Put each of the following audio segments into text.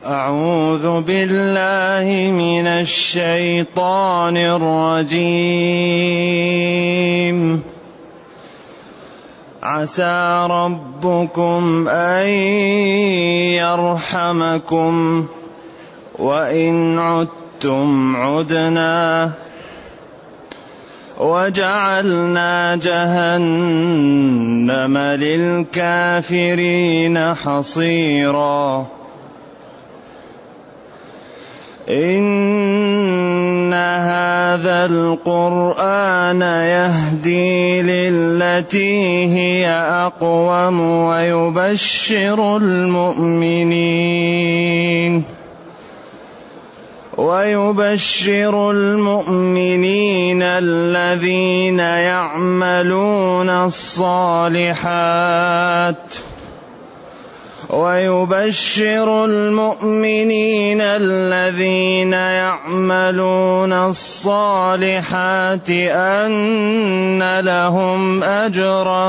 أعوذ بالله من الشيطان الرجيم. عسى ربكم أن يرحمكم وإن عدتم عدنا وجعلنا جهنم للكافرين حصيرا. إن هذا القرآن يهدي للتي هي أقوم ويبشر المؤمنين الذين يعملون الصالحات أن لهم أجرا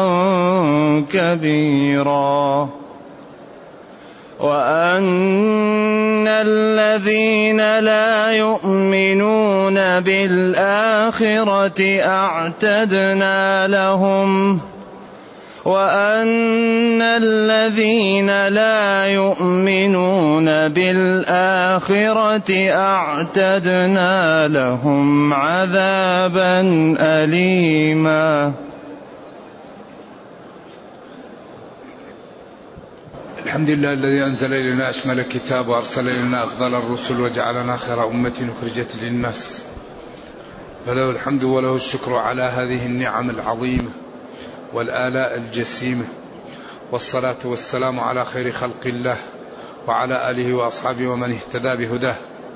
كبيرا، وأن الذين لا يؤمنون بالآخرة أعتدنا لهم عذابا أليما. الحمد لله الذي أنزل إلينا أشمل الكتاب وأرسل إلينا أفضل الرسل وجعلنا خير أمة أخرجت للناس، فله الحمد وله الشكر على هذه النعم العظيمة والآلاء الجسيمة، والصلاة والسلام على خير خلق الله وعلى آله وأصحابه ومن اهتدى بهداه.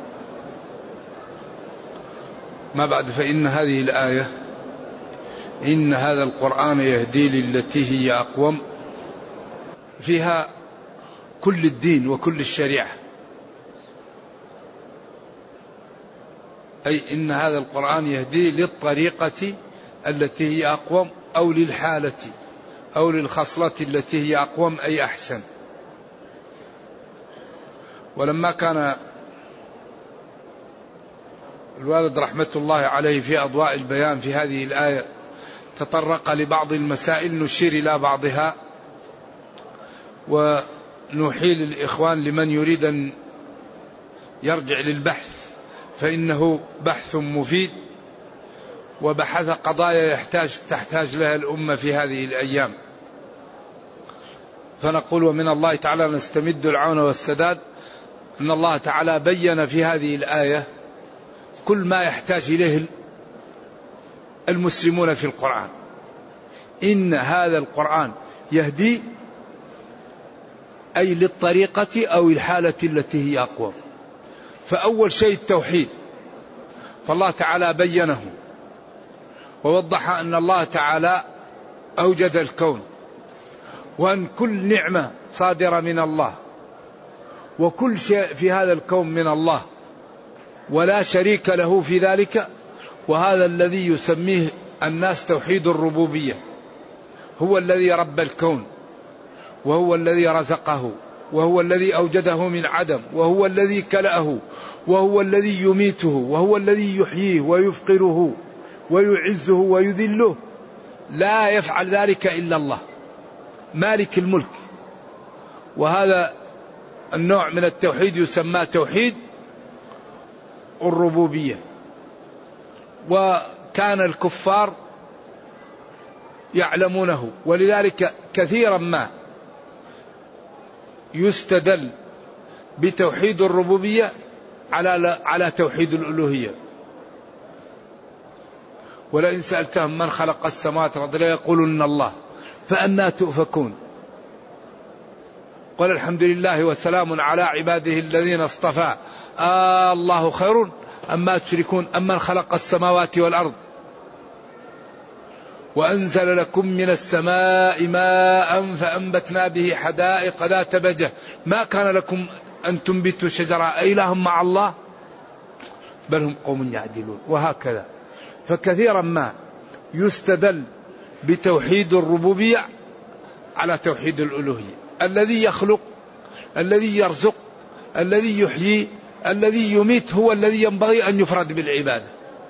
ما بعد، فإن هذه الآية إن هذا القرآن يهدي للتي هي أقوم فيها كل الدين وكل الشريعة، أي إن هذا القرآن يهدي للطريقة التي هي أقوم، أو للحالة أو للخصلة التي هي أقوم أي أحسن. ولما كان الوالد رحمة الله عليه في أضواء البيان في هذه الآية تطرق لبعض المسائل نشير إلى بعضها ونحيل الإخوان لمن يريد أن يرجع للبحث، فإنه بحث مفيد وبحث قضايا تحتاج لها الأمة في هذه الأيام. فنقول ومن الله تعالى نستمد العون والسداد، أن الله تعالى بين في هذه الآية كل ما يحتاج إليه المسلمون في القرآن. إن هذا القرآن يهدي أي للطريقة أو الحالة التي هي أقوى. فأول شيء التوحيد، فالله تعالى بينه ووضح أن الله تعالى أوجد الكون، وأن كل نعمة صادرة من الله، وكل شيء في هذا الكون من الله ولا شريك له في ذلك. وهذا الذي يسميه الناس توحيد الربوبية. هو الذي ربى الكون، وهو الذي رزقه، وهو الذي أوجده من عدم، وهو الذي كلأه، وهو الذي يميته، وهو الذي يحييه ويفقره ويعزه ويذله. لا يفعل ذلك إلا الله مالك الملك. وهذا النوع من التوحيد يسمى توحيد الربوبية. وكان الكفار يعلمونه، ولذلك كثيرا ما يستدل بتوحيد الربوبية على توحيد الألوهية. ولئن سألتهم من خلق السماوات والأرض ليقولن الله فأنى تؤفكون. قل الحمد لله وسلام على عباده الذين اصطفى الله خير أما تشركون أمن خلق السماوات والأرض وأنزل لكم من السماء ماء فأنبتنا به حدائق ذات بهجة ما كان لكم أن تنبتوا شجرة أإله مع الله بل هم قوم يعدلون. وهكذا فكثيرا ما يستدل بتوحيد الربوبية على توحيد الألوهية. الذي يخلق، الذي يرزق، الذي يحيي الذي يميت هو الذي ينبغي أن يفرد بالعبادة.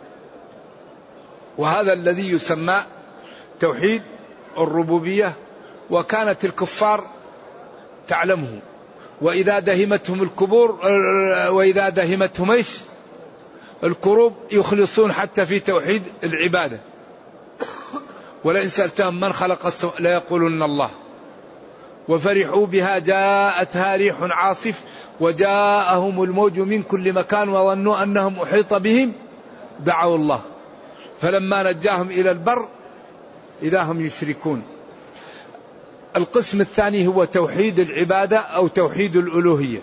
وهذا الذي يسمى توحيد الربوبية، وكانت الكفار تعلمه. وإذا دهمتهم الكبور وإذا دهمتهم ايش الكروب يخلصون حتى في توحيد العبادة. ولئن سألتهم من خلق السماء ليقولن الله. وفرحوا بها جاءتها ريح عاصف وجاءهم الموج من كل مكان وظنوا أنهم أحيط بهم دعوا الله فلما نجاهم إلى البر إذا هم يشركون. القسم الثاني هو توحيد العبادة أو توحيد الألوهية،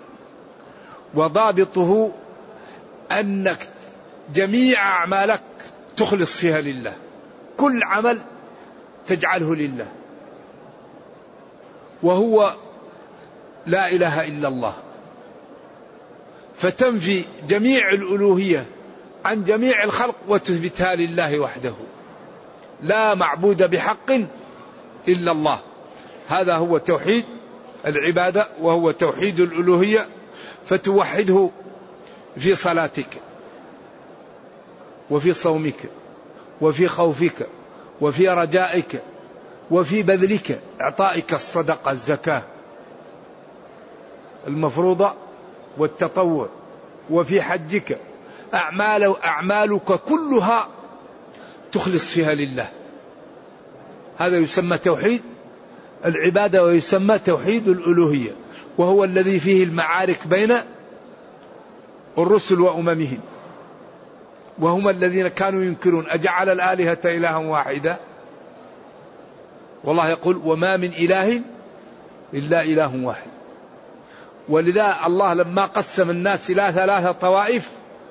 وضابطه أنك جميع أعمالك تخلص فيها لله، كل عمل تجعله لله، وهو لا إله إلا الله، فتنفي جميع الألوهية عن جميع الخلق وتثبتها لله وحده، لا معبود بحق إلا الله. هذا هو توحيد العبادة وهو توحيد الألوهية. فتوحده في صلاتك وفي صومك وفي خوفك وفي رجائك وفي بذلك، إعطائك الصدقة الزكاة المفروضة والتطوع، وفي حجك، أعمالك كلها تخلص فيها لله. هذا يسمى توحيد العبادة ويسمى توحيد الألوهية، وهو الذي فيه المعارك بين الرسل وأممهم، وهم الذين كانوا ينكرون أجعل الآلهة إلها واحدا، والله يقول وما من إله إلا إله واحد. ولذا الله لما قسم الناس إلى 3 طوائف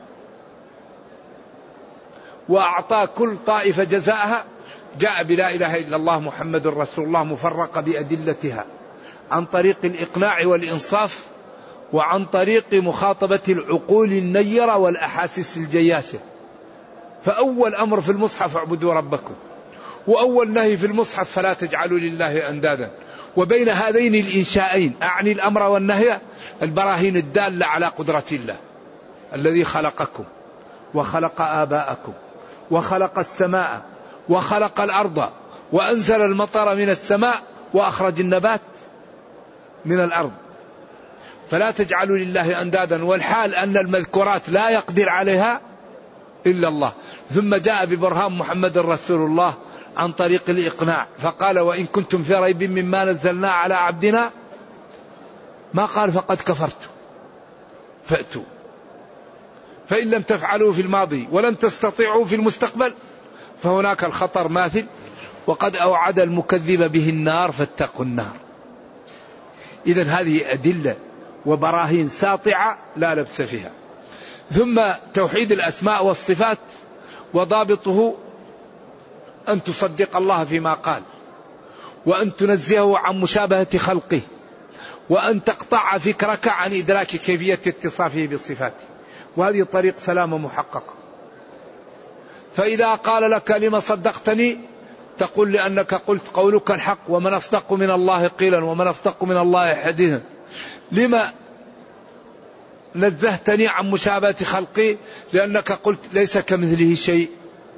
وأعطى كل طائفة جزاءها جاء بلا إله إلا الله محمد رسول الله مفرقة بأدلتها عن طريق الإقناع والإنصاف وعن طريق مخاطبة العقول النيرة والأحاسيس الجياشة. فأول أمر في المصحف اعبدوا ربكم، وأول نهي في المصحف فلا تجعلوا لله أندادا. وبين هذين الإنشائين أعني الأمر والنهي البراهين الدالة على قدرة الله الذي خلقكم وخلق آباءكم وخلق السماء وخلق الأرض وأنزل المطر من السماء وأخرج النبات من الأرض. فلا تجعلوا لله أندادا، والحال أن المذكورات لا يقدر عليها إلا الله. ثم جاء ببرهان محمد رسول الله عن طريق الإقناع فقال وإن كنتم في ريب مما نزلنا على عبدنا، ما قال فقد كفرت فأتوا، فإن لم تفعلوا في الماضي ولن تستطيعوا في المستقبل فهناك الخطر ماثل، وقد أوعد المكذب به النار فاتقوا النار. إذن هذه أدلة وبراهين ساطعة لا لبس فيها. ثم توحيد الأسماء والصفات، وضابطه أن تصدق الله فيما قال، وأن تنزهه عن مشابهة خلقه، وأن تقطع فكرك عن إدراك كيفية اتصافه بالصفات. وهذه طريق سلامة محققة. فإذا قال لك لما صدقتني تقول لأنك قلت قولك الحق ومن أصدق من الله قيلا ومن أصدق من الله حديثا. لما نزهتني عن مشابهة خلقي؟ لأنك قلت ليس كمثله شيء.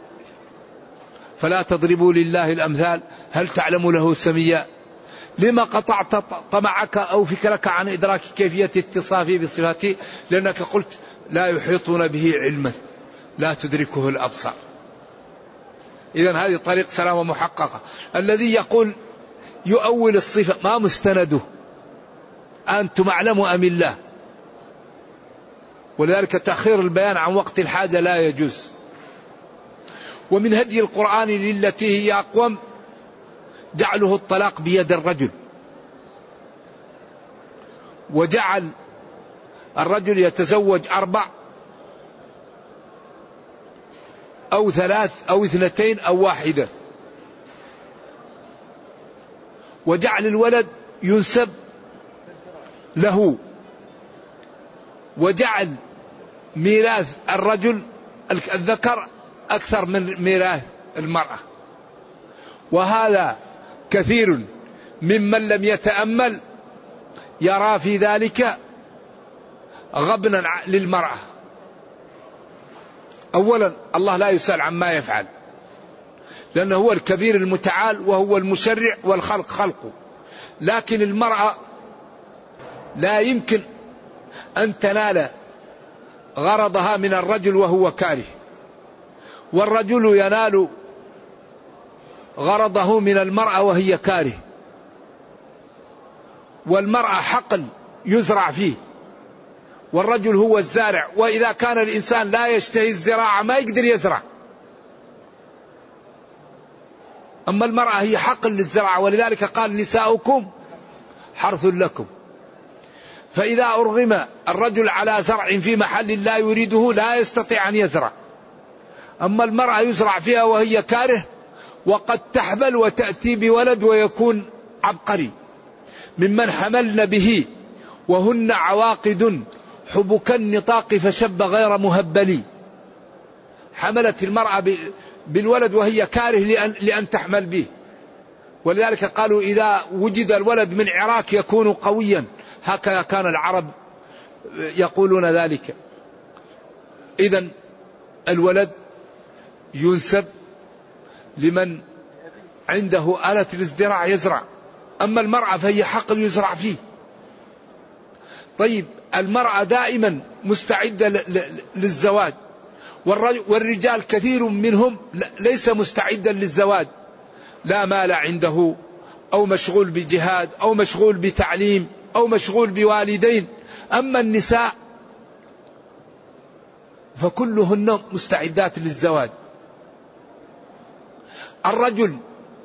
فلا تضربوا لله الأمثال هل تعلم له سميا. لما قطعت طمعك أو فكرك عن إدراك كيفية اتصافه بصفاته؟ لأنك قلت لا يحيطون به علما لا تدركه الأبصار. إذن هذه طريق سلامة محققة. الذي يقول يؤول الصفة ما مستنده؟ أنتم أعلم أم الله؟ ولذلك تأخير البيان عن وقت الحاجة لا يجوز. ومن هدي القرآن للتي هي أقوم جعله الطلاق بيد الرجل، وجعل الرجل يتزوج 4 أو 3 أو 2 أو 1، وجعل الولد ينسب له، وجعل ميراث الرجل الذكر أكثر من ميراث المرأة. وهذا كثير ممن لم يتأمل يرى في ذلك غبنا للمرأة. أولا الله لا يسأل عما يفعل، لأنه هو الكبير المتعال وهو المشرع والخلق خلقه. لكن المرأة لا يمكن أن تنال غرضها من الرجل وهو كاره، والرجل ينال غرضه من المرأة وهي كاره. والمرأة حقل يزرع فيه، والرجل هو الزارع، وإذا كان الإنسان لا يشتهي الزراعة ما يقدر يزرع. أما المرأة هي حقل للزراعة، ولذلك قال نساؤكم حرث لكم. فإذا أرغم الرجل على زرع في محل لا يريده لا يستطيع أن يزرع. أما المرأة يزرع فيها وهي كاره، وقد تحبل وتأتي بولد ويكون عبقري. ممن حملن به وهن عواقد حبك النطاق فشب غير مهبلي. حملت المرأة بالولد وهي كاره لأن تحمل به، ولذلك قالوا إذا وجد الولد من عراك يكون قويا، هكذا كان العرب يقولون ذلك. إذن الولد ينسب لمن عنده آلة الازدراع يزرع، أما المرأة فهي حقل يزرع فيه. طيب المرأة دائما مستعدة للزواج، والرجال كثير منهم ليس مستعدا للزواج، لا مال عنده أو مشغول بجهاد أو مشغول بتعليم أو مشغول بوالدين. أما النساء فكلهن مستعدات للزواج. الرجل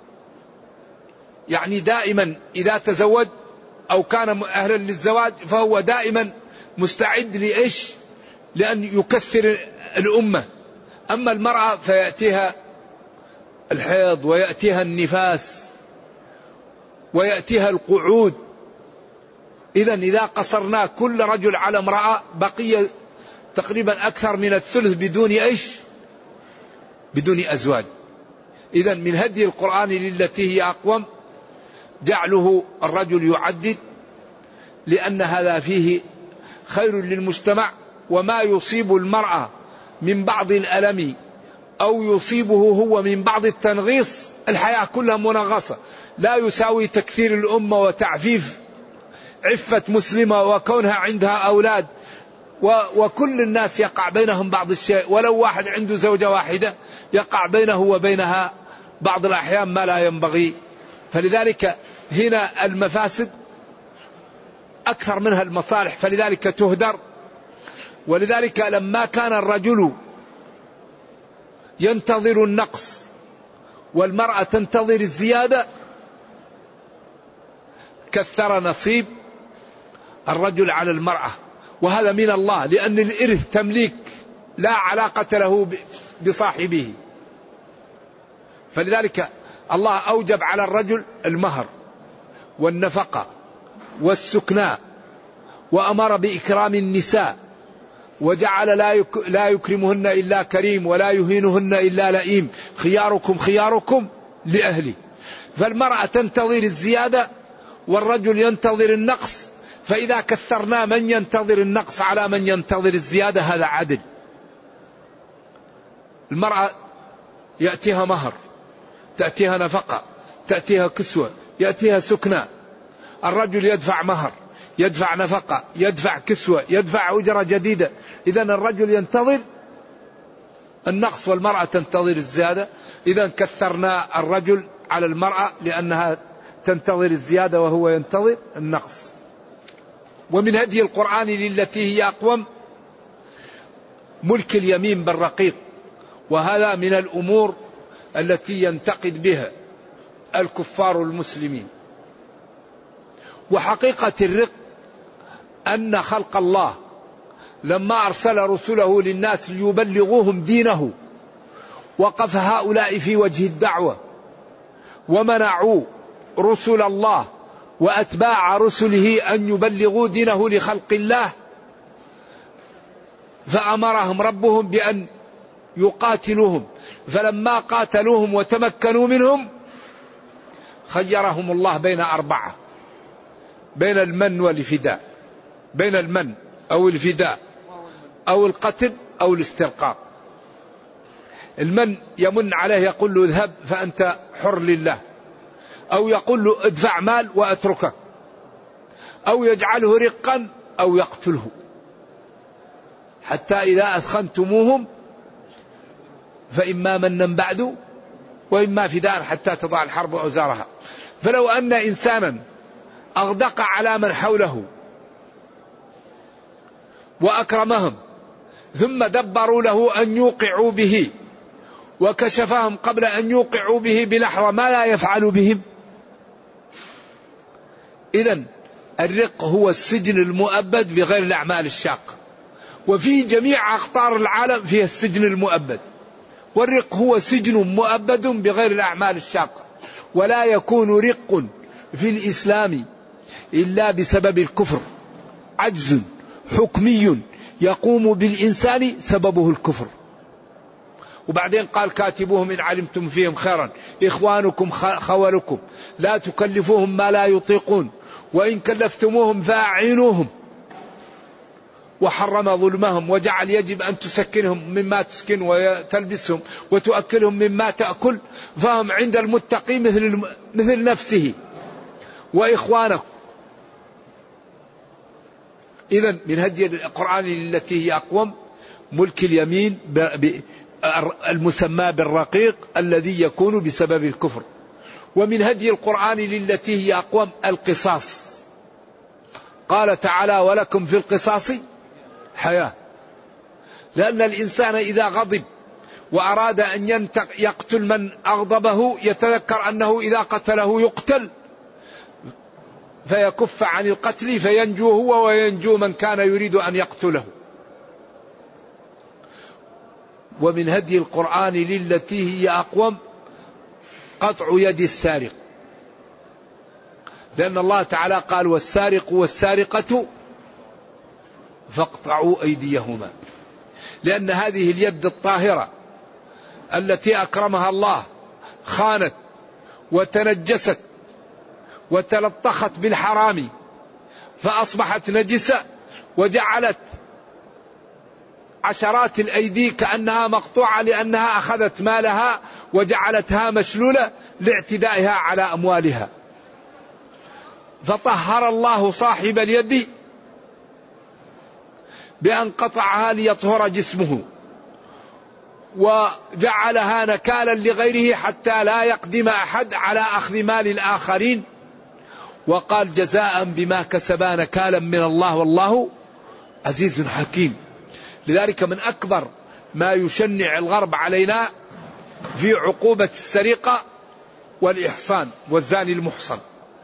يعني دائما إذا تزوج أو كان أهلا للزواج فهو دائما مستعد لإيش؟ لأن يكثر الأمة. أما المرأة فيأتيها الحيض ويأتيها النفاس ويأتيها القعود. إذا قصرنا كل رجل على امرأة بقي تقريبا أكثر من الثلث بدون إيش؟ بدون أزواج. إذا من هدي القرآن للتي هي أقوم جعله الرجل يعدد، لأن هذا فيه خير للمجتمع. وما يصيب المرأة من بعض الألم أو يصيبه هو من بعض التنغيص، الحياة كلها منغصة، لا يساوي تكثير الأمة وتعفيف عفة مسلمة وكونها عندها أولاد، وكل الناس يقع بينهم بعض الشيء، ولو واحد عنده زوجة واحدة يقع بينه وبينها بعض الأحيان ما لا ينبغي. فلذلك هنا المفاسد أكثر منها المصالح، فلذلك تهدر. ولذلك لما كان الرجل ينتظر النقص والمرأة تنتظر الزيادة كثر نصيب الرجل على المرأة، وهذا من الله، لأن الإرث تمليك لا علاقة له بصاحبه. فلذلك الله أوجب على الرجل المهر والنفقة والسكناء، وأمر بإكرام النساء، وجعل لا يكرمهن إلا كريم ولا يهينهن إلا لئيم، خياركم خياركم لأهله. فالمرأة تنتظر الزيادة والرجل ينتظر النقص، فإذا كثرنا من ينتظر النقص على من ينتظر الزيادة هذا عدل. المرأة يأتيها مهر، تأتيها نفقة، تأتيها كسوة، يأتيها سكنى. الرجل يدفع مهر، يدفع نفقة، يدفع كسوة، يدفع أجرة جديدة. إذن الرجل ينتظر النقص والمرأة تنتظر الزيادة. إذن كثرنا الرجل على المرأة لأنها تنتظر الزيادة وهو ينتظر النقص. ومن هدي القرآن للتي هي أقوم ملك اليمين بالرقيق، وهذا من الأمور التي ينتقد بها الكفار المسلمين. وحقيقة الرق أن خلق الله لما أرسل رسله للناس ليبلغوهم دينه وقف هؤلاء في وجه الدعوة ومنعوا رسل الله وأتباع رسله أن يبلغوا دينه لخلق الله، فأمرهم ربهم بأن يقاتلوهم. فلما قاتلوهم وتمكنوا منهم خيرهم الله بين أربعة، بين المن والفداء، بين المن أو الفداء أو القتل أو الاسترقاق. المن يمن عليه يقول له اذهب فأنت حر لله، أو يقول له ادفع مال وأتركك، أو يجعله رقا أو يقتله، حتى إذا أثخنتموهم فإما منا بعد وإما فداء حتى تضع الحرب أوزارها. فلو أن إنسانا أغدق على من حوله وأكرمهم ثم دبروا له أن يوقعوا به وكشفهم قبل أن يوقعوا به بلحظة ما لا يفعل بهم. إذن الرق هو السجن المؤبد بغير الأعمال الشاقة، وفي جميع أقطار العالم فيها السجن المؤبد، والرق هو سجن مؤبد بغير الأعمال الشاقة. ولا يكون رق في الإسلام إلا بسبب الكفر، عجز حكمي يقوم بالإنسان سببه الكفر. وبعدين قال كاتبوهم إن علمتم فيهم خيرا إخوانكم خولكم لا تكلفوهم ما لا يطيقون وإن كلفتموهم فأعينوهم، وحرم ظلمهم وجعل يجب أن تسكنهم مما تسكن وتلبسهم وتؤكلهم مما تأكل، فهم عند المتقي مثل نفسه وإخوانكم. إذن من هدي القرآن التي هي أقوم ملك اليمين المسمى بالرقيق الذي يكون بسبب الكفر. ومن هدي القرآن للتي هي أقوم القصاص. قال تعالى ولكم في القصاص حياة، لأن الإنسان إذا غضب وأراد أن يقتل من أغضبه يتذكر أنه إذا قتله يقتل فيكف عن القتل فينجو هو وينجو من كان يريد أن يقتله. ومن هدي القرآن للتي هي أقوم قطع يد السارق، لأن الله تعالى قال والسارق والسارقة فاقطعوا أيديهما، لأن هذه اليد الطاهرة التي أكرمها الله خانت وتنجست وتلطخت بالحرام فأصبحت نجسة، وجعلت عشرات الأيدي كأنها مقطوعة لأنها أخذت مالها وجعلتها مشلولة لاعتدائها على أموالها. فطهر الله صاحب اليد بأن قطعها ليطهر جسمه وجعلها نكالا لغيره حتى لا يقدم أحد على أخذ مال الآخرين، وقال جزاء بما كسبا نكالا من الله والله عزيز حكيم. لذلك من أكبر ما يشنع الغرب علينا في عقوبة السرقة والإحصان والزاني المحصن.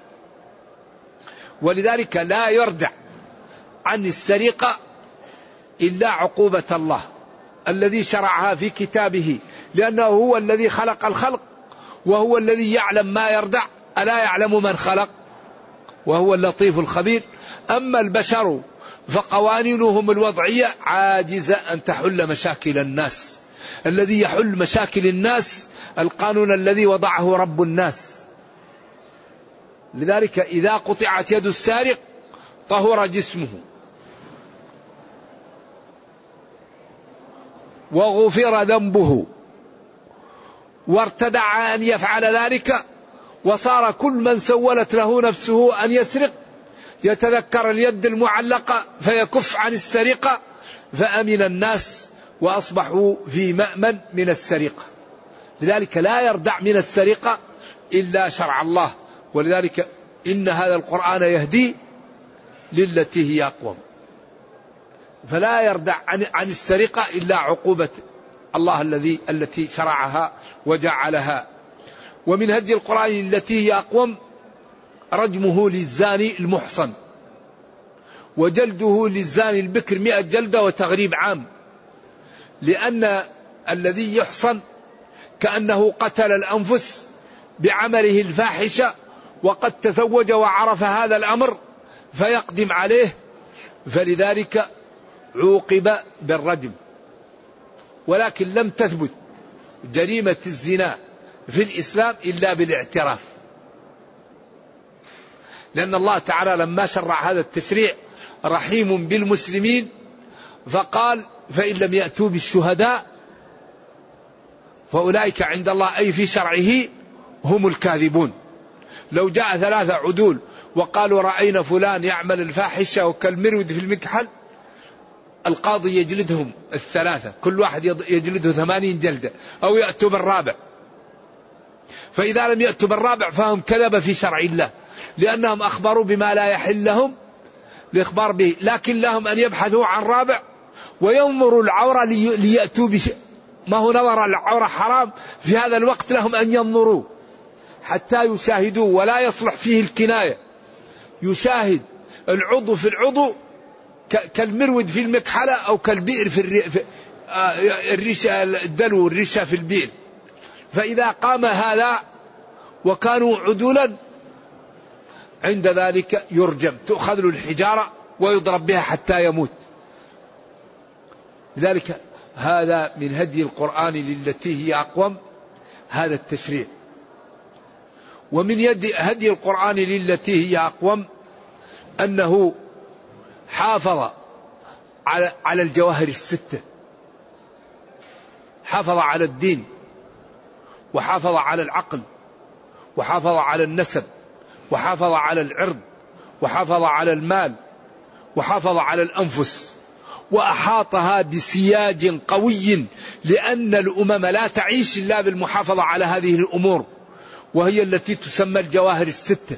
ولذلك لا يردع عن السرقة إلا عقوبة الله الذي شرعها في كتابه، لأنه هو الذي خلق الخلق وهو الذي يعلم ما يردع، ألا يعلم من خلق وهو اللطيف الخبير. أما البشر فقوانينهم الوضعية عاجزة أن تحل مشاكل الناس. الذي يحل مشاكل الناس القانون الذي وضعه رب الناس. لذلك إذا قطعت يد السارق طهر جسمه وغفر ذنبه وارتدع أن يفعل ذلك، وصار كل من سولت له نفسه أن يسرق يتذكر اليد المعلقة فيكف عن السرقة، فأمن الناس وأصبحوا في مأمن من السرقة. لذلك لا يردع من السرقة إلا شرع الله. ولذلك إن هذا القرآن يهدي للتي هي أقوم، فلا يردع عن السرقة إلا عقوبة الله التي شرعها وجعلها. ومن هدي القرآن التي هي أقوم رجمه للزاني المحصن، وجلده للزاني البكر 100 جلدة وتغريب عام، لأن الذي يحصن كأنه قتل الأنفس بعمله الفاحشة وقد تزوج وعرف هذا الأمر فيقدم عليه، فلذلك عوقب بالرجم. ولكن لم تثبت جريمة الزنا في الإسلام إلا بالاعتراف، لأن الله تعالى لما شرع هذا التشريع رحيم بالمسلمين فقال فإن لم يأتوا بالشهداء فأولئك عند الله أي في شرعه هم الكاذبون. لو جاء 3 عدول وقالوا رأينا فلان يعمل الفاحشة وكالمرود في المكحل، القاضي يجلدهم 3 كل واحد يجلده 80 جلدة أو يأتوا بالرابع. فإذا لم يأتوا بالرابع فهم كذب في شرع الله، لأنهم أخبروا بما لا يحل لهم الإخبار به، لكن لهم أن يبحثوا عن رابع وينظروا العورة ليأتوا ما هو نظر العورة حرام في هذا الوقت، لهم أن ينظروا حتى يشاهدوا، ولا يصلح فيه الكناية. يشاهد العضو في العضو كالمرود في المكحلة أو كالبئر في الريشة، الدلو الريشة في البئر. فإذا قام هذا وكانوا عدولا عند ذلك يرجم، تؤخذ له الحجارة ويضرب بها حتى يموت. لذلك هذا من هدي القرآن للتي هي أقوم هذا التشريع. ومن هدي القرآن للتي هي أقوم أنه حافظ على الجواهر 6، حافظ على الدين، وحافظ على العقل، وحافظ على النسب، وحافظ على العرض، وحافظ على المال، وحافظ على الأنفس، وأحاطها بسياج قوي، لأن الأمم لا تعيش إلا بالمحافظة على هذه الأمور، وهي التي تسمى الجواهر 6.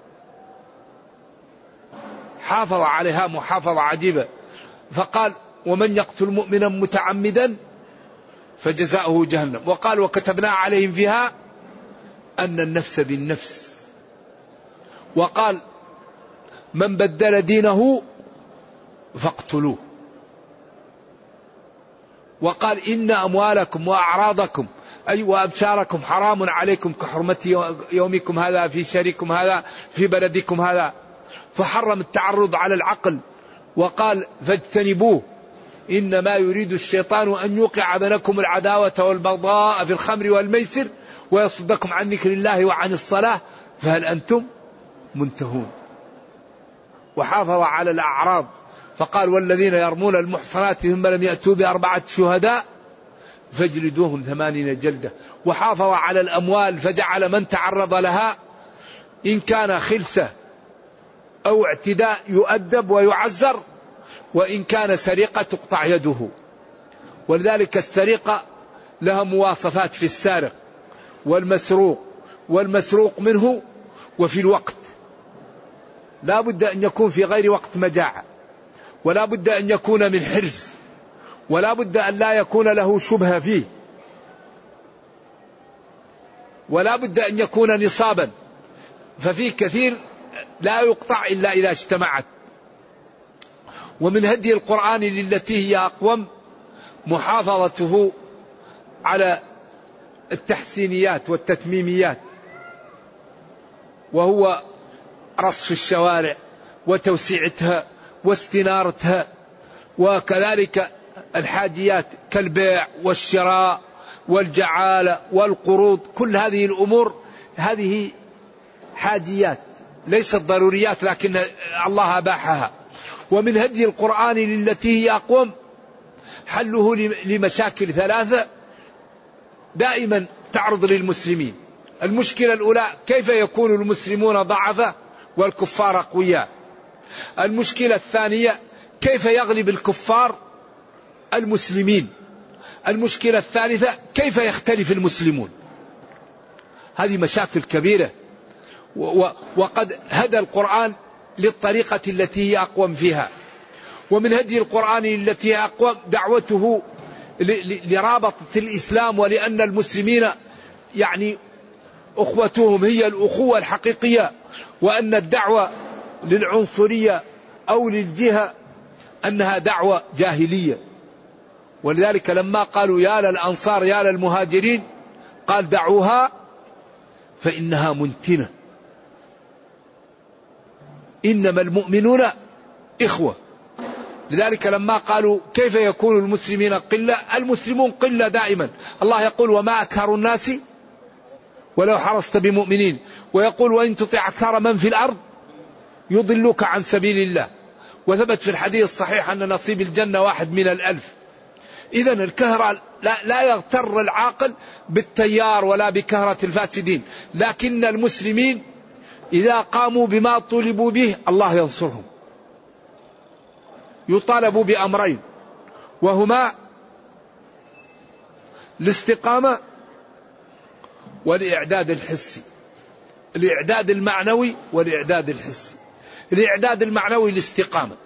حافظ عليها محافظة عجيبة، فقال ومن يقتل مؤمنا متعمدا فجزاؤه جهنم. وقال وكتبنا عليهم فيها أن النفس بالنفس. وقال من بدل دينه فاقتلوه. وقال إن أموالكم وأعراضكم أي وأبشاركم حرام عليكم كحرمة يومكم هذا في شهركم هذا في بلدكم هذا. فحرم التعرض على العقل، وقال فاجتنبوه إنما يريد الشيطان أن يوقع بينكم العداوة والبغضاء في الخمر والميسر ويصدكم عن ذكر الله وعن الصلاة فهل أنتم منتهون. وحافظ على الأعراض، فقال والذين يرمون المحصنات ثم لم يأتوا ب4 شهداء فاجلدوهم 80 جلدة. وحافظ على الأموال، فجعل من تعرض لها إن كان خلسة أو اعتداء يؤدب ويعزر، وإن كان سرقة تقطع يده. ولذلك السرقة لها مواصفات في السارق والمسروق منه وفي الوقت. لا بد أن يكون في غير وقت مجاعة، ولا بد أن يكون من حرز، ولا بد أن لا يكون له شبهة فيه، ولا بد أن يكون نصابا. ففي كثير لا يقطع إلا إذا اجتمعت. ومن هدي القرآن للتي هي أقوم محافظته على التحسينيات والتتميميات، وهو رصف الشوارع وتوسيعتها واستنارتها، وكذلك الحاجيات كالبيع والشراء والجعالة والقروض. كل هذه الأمور هذه حاجيات ليست ضروريات، لكن الله أباحها. ومن هدي القرآن للتي هي أقوم حله لمشاكل 3 دائما تعرض للمسلمين. المشكلة الأولى كيف يكون المسلمون ضعفاء والكفار أقوياء. المشكلة الثانية كيف يغلب الكفار المسلمين. المشكلة الثالثة كيف يختلف المسلمون. هذه مشاكل كبيرة، وقد هدى القرآن للطريقة التي هي أقوم فيها. ومن هدي القرآن التي هي أقوم دعوته لرابطة الإسلام، ولأن المسلمين يعني أخوتهم هي الأخوة الحقيقية، وأن الدعوة للعنصرية أو للجهة أنها دعوة جاهلية. ولذلك لما قالوا يا للأنصار يا للمهاجرين قال دعوها فإنها منتنة، إنما المؤمنون إخوة. لذلك لما قالوا كيف يكون المسلمين قلة، المسلمون قلة دائما. الله يقول وما أكثر الناس ولو حرصت بمؤمنين، ويقول وإن تطع أكثر من في الأرض يضلوك عن سبيل الله. وثبت في الحديث الصحيح أن نصيب الجنة 1 من 1000. إذن الكهرة لا يغتر العاقل بالتيار ولا بكهرة الفاسدين، لكن المسلمين إذا قاموا بما طلبوا به الله ينصرهم. يطالبوا بأمرين، وهما الاستقامة والإعداد الحسي، الإعداد المعنوي والإعداد الحسي. الإعداد المعنوي الاستقامة،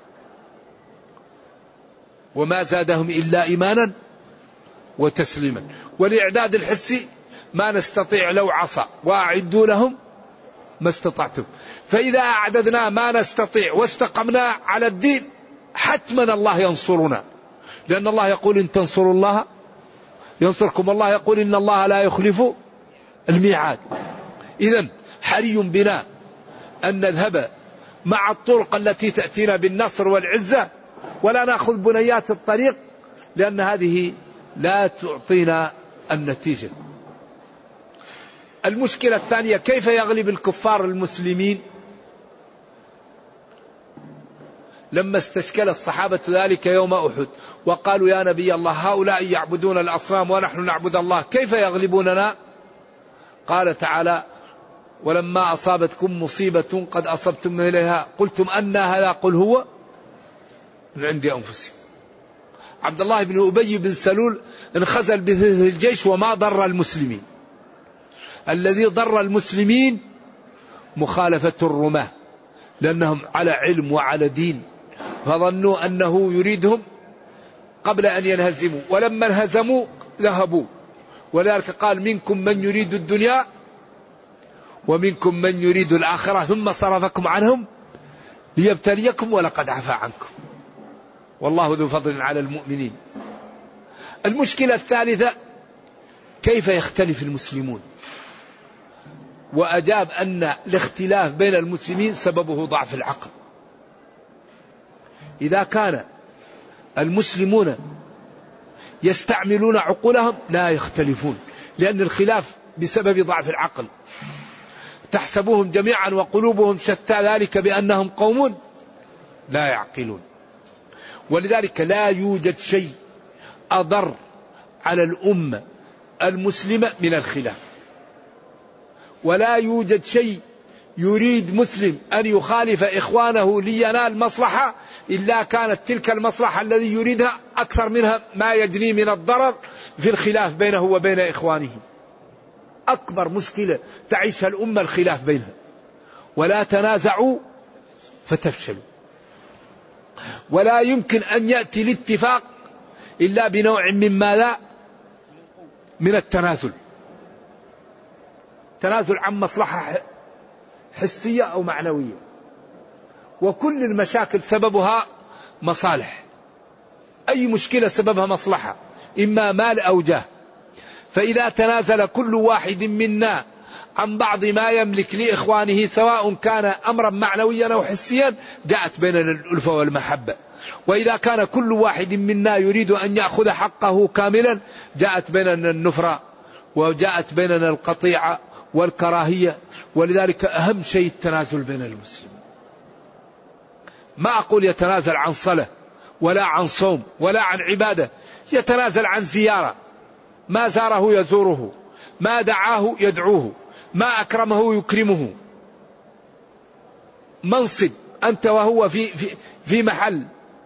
وما زادهم إلا إيمانا وتسليما. والإعداد الحسي ما نستطيع لو عصى وأعدوا لهم ما استطعتم. فإذا أعددنا ما نستطيع واستقمنا على الدين حتما الله ينصرنا، لأن الله يقول إن تنصروا الله ينصركم. الله يقول إن الله لا يخلف الميعاد. إذن حري بنا أن نذهب مع الطرق التي تأتينا بالنصر والعزة، ولا نأخذ بنيات الطريق، لأن هذه لا تعطينا النتيجة. المشكلة الثانية، كيف يغلب الكفار المسلمين؟ لما استشكل الصحابة ذلك يوم أحد وقالوا يا نبي الله هؤلاء يعبدون الأصنام ونحن نعبد الله، كيف يغلبوننا؟ قال تعالى ولما أصابتكم مصيبة قد أصبتم إليها قلتم أن هذا قل هو من عند أنفسهم. عبد الله بن أبي بن سلول انخزل به الجيش وما ضر المسلمين. الذي ضر المسلمين مخالفة الرماة، لأنهم على علم وعلى دين، فظنوا أنه يريدهم قبل أن ينهزموا، ولما انهزموا ذهبوا. ولذلك قال منكم من يريد الدنيا ومنكم من يريد الآخرة ثم صرفكم عنهم ليبتليكم ولقد عفا عنكم والله ذو فضل على المؤمنين. المشكلة الثالثة، كيف يختلف المسلمون؟ وأجاب أن الاختلاف بين المسلمين سببه ضعف العقل. إذا كان المسلمون يستعملون عقولهم لا يختلفون، لأن الخلاف بسبب ضعف العقل. تحسبوهم جميعا وقلوبهم شتى ذلك بأنهم قوم لا يعقلون. ولذلك لا يوجد شيء أضر على الأمة المسلمة من الخلاف، ولا يوجد شيء يريد مسلم أن يخالف إخوانه لينال مصلحة إلا كانت تلك المصلحة الذي يريدها أكثر منها ما يجري من الضرر في الخلاف بينه وبين إخوانه. أكبر مشكلة تعيشها الأمة الخلاف بينها. ولا تنازعوا فتفشلوا. ولا يمكن أن يأتي الاتفاق إلا بنوع من ماذا؟ من التنازل. تنازل عن مصلحة حسية أو معنوية. وكل المشاكل سببها مصالح. أي مشكلة سببها مصلحة، إما مال أو جاه. فإذا تنازل كل واحد منا عن بعض ما يملك لإخوانه سواء كان أمرا معنويا أو حسيا جاءت بيننا الألفة والمحبة. وإذا كان كل واحد منا يريد أن يأخذ حقه كاملا جاءت بيننا النفرة وجاءت بيننا القطيعة والكراهية. ولذلك أهم شيء التنازل بين المسلمين. ما أقول يتنازل عن صلاة ولا عن صوم ولا عن عبادة، يتنازل عن زيارة، ما زاره يزوره، ما دعاه يدعوه، ما أكرمه يكرمه. منصب أنت وهو في محل،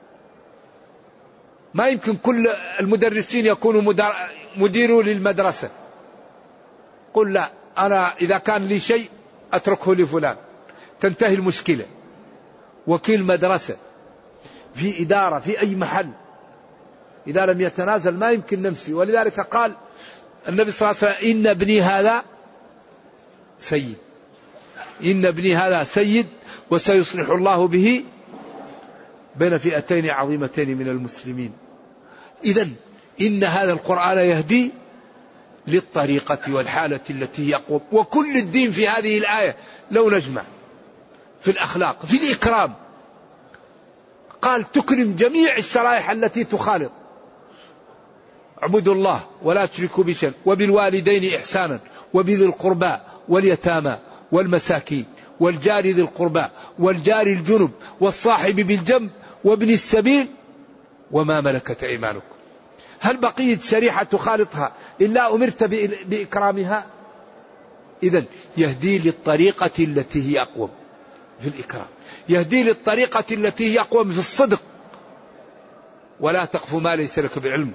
ما يمكن كل المدرسين يكونوا مديروا للمدرسة. قل لا، أنا إذا كان لي شيء أتركه لفلان، تنتهي المشكلة. وكيل مدرسة في إدارة في أي محل إذا لم يتنازل ما يمكن نمشي. ولذلك قال النبي صلى الله عليه وسلم إن ابني هذا سيد، إن ابني هذا سيد وسيصلح الله به بين فئتين عظيمتين من المسلمين. إذن إن هذا القرآن يهدي للطريقة والحالة التي هي أقوم. وكل الدين في هذه الآية لو نجمع في الأخلاق، في الإكرام، قال تكرم جميع الشرائح التي تخالط. اعبدوا الله ولا تشركوا بشيء وبالوالدين إحسانا وبذي القربى واليتامى والمساكين والجار ذي القربى والجار الجنب والصاحب بالجنب وابن السبيل وما ملكت أيمانكم. هل بقيت شريحة تخالطها إلا أمرت بإكرامها؟ إذن يهدي للطريقة التي هي أقوم في الإكرام، يهدي للطريقة التي هي أقوم في الصدق. ولا تقف ما ليس لك بعلم،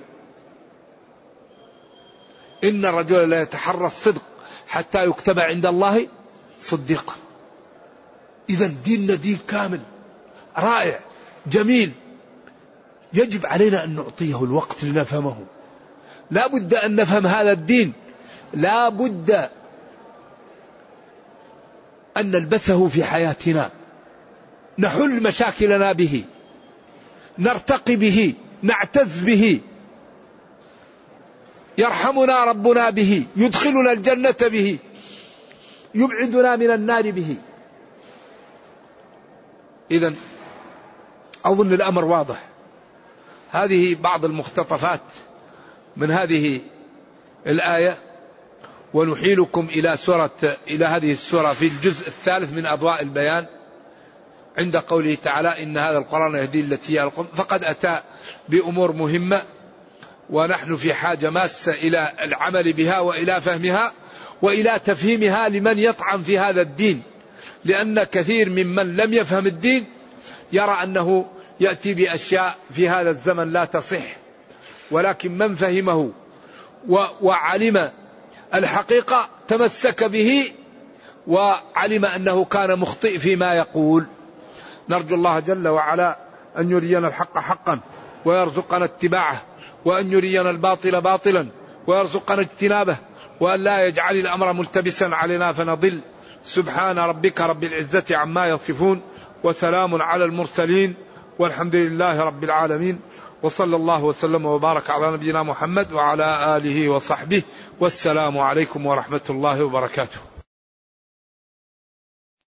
إن الرجل لا يتحرى الصدق حتى يكتب عند الله صديقا. إذن ديننا دين كامل رائع جميل، يجب علينا أن نعطيه الوقت لنفهمه. لا بد أن نفهم هذا الدين، لا بد أن نلبسه في حياتنا، نحل مشاكلنا به، نرتقي به، نعتز به، يرحمنا ربنا به، يدخلنا الجنة به، يبعدنا من النار به. إذن أظن الأمر واضح. هذه بعض المقتطفات من هذه الآية، ونحيلكم إلى هذه السورة في الجزء الثالث من أضواء البيان عند قوله تعالى إن هذا القرآن يهدي التي هي أقوم، فقد أتى بأمور مهمة ونحن في حاجة ماسة إلى العمل بها وإلى فهمها وإلى تفهيمها لمن يطعن في هذا الدين، لأن كثير ممن لم يفهم الدين يرى أنه يأتي بأشياء في هذا الزمن لا تصح، ولكن من فهمه وعلم الحقيقة تمسك به وعلم أنه كان مخطئ فيما يقول. نرجو الله جل وعلا أن يرينا الحق حقا ويرزقنا اتباعه، وأن يرينا الباطل باطلا ويرزقنا اجتنابه، وأن لا يجعل الأمر ملتبسا علينا فنضل. سبحان ربك رب العزة عما يصفون، وسلام على المرسلين، والحمد لله رب العالمين، وصلى الله وسلم وبارك على نبينا محمد وعلى آله وصحبه، والسلام عليكم ورحمة الله وبركاته.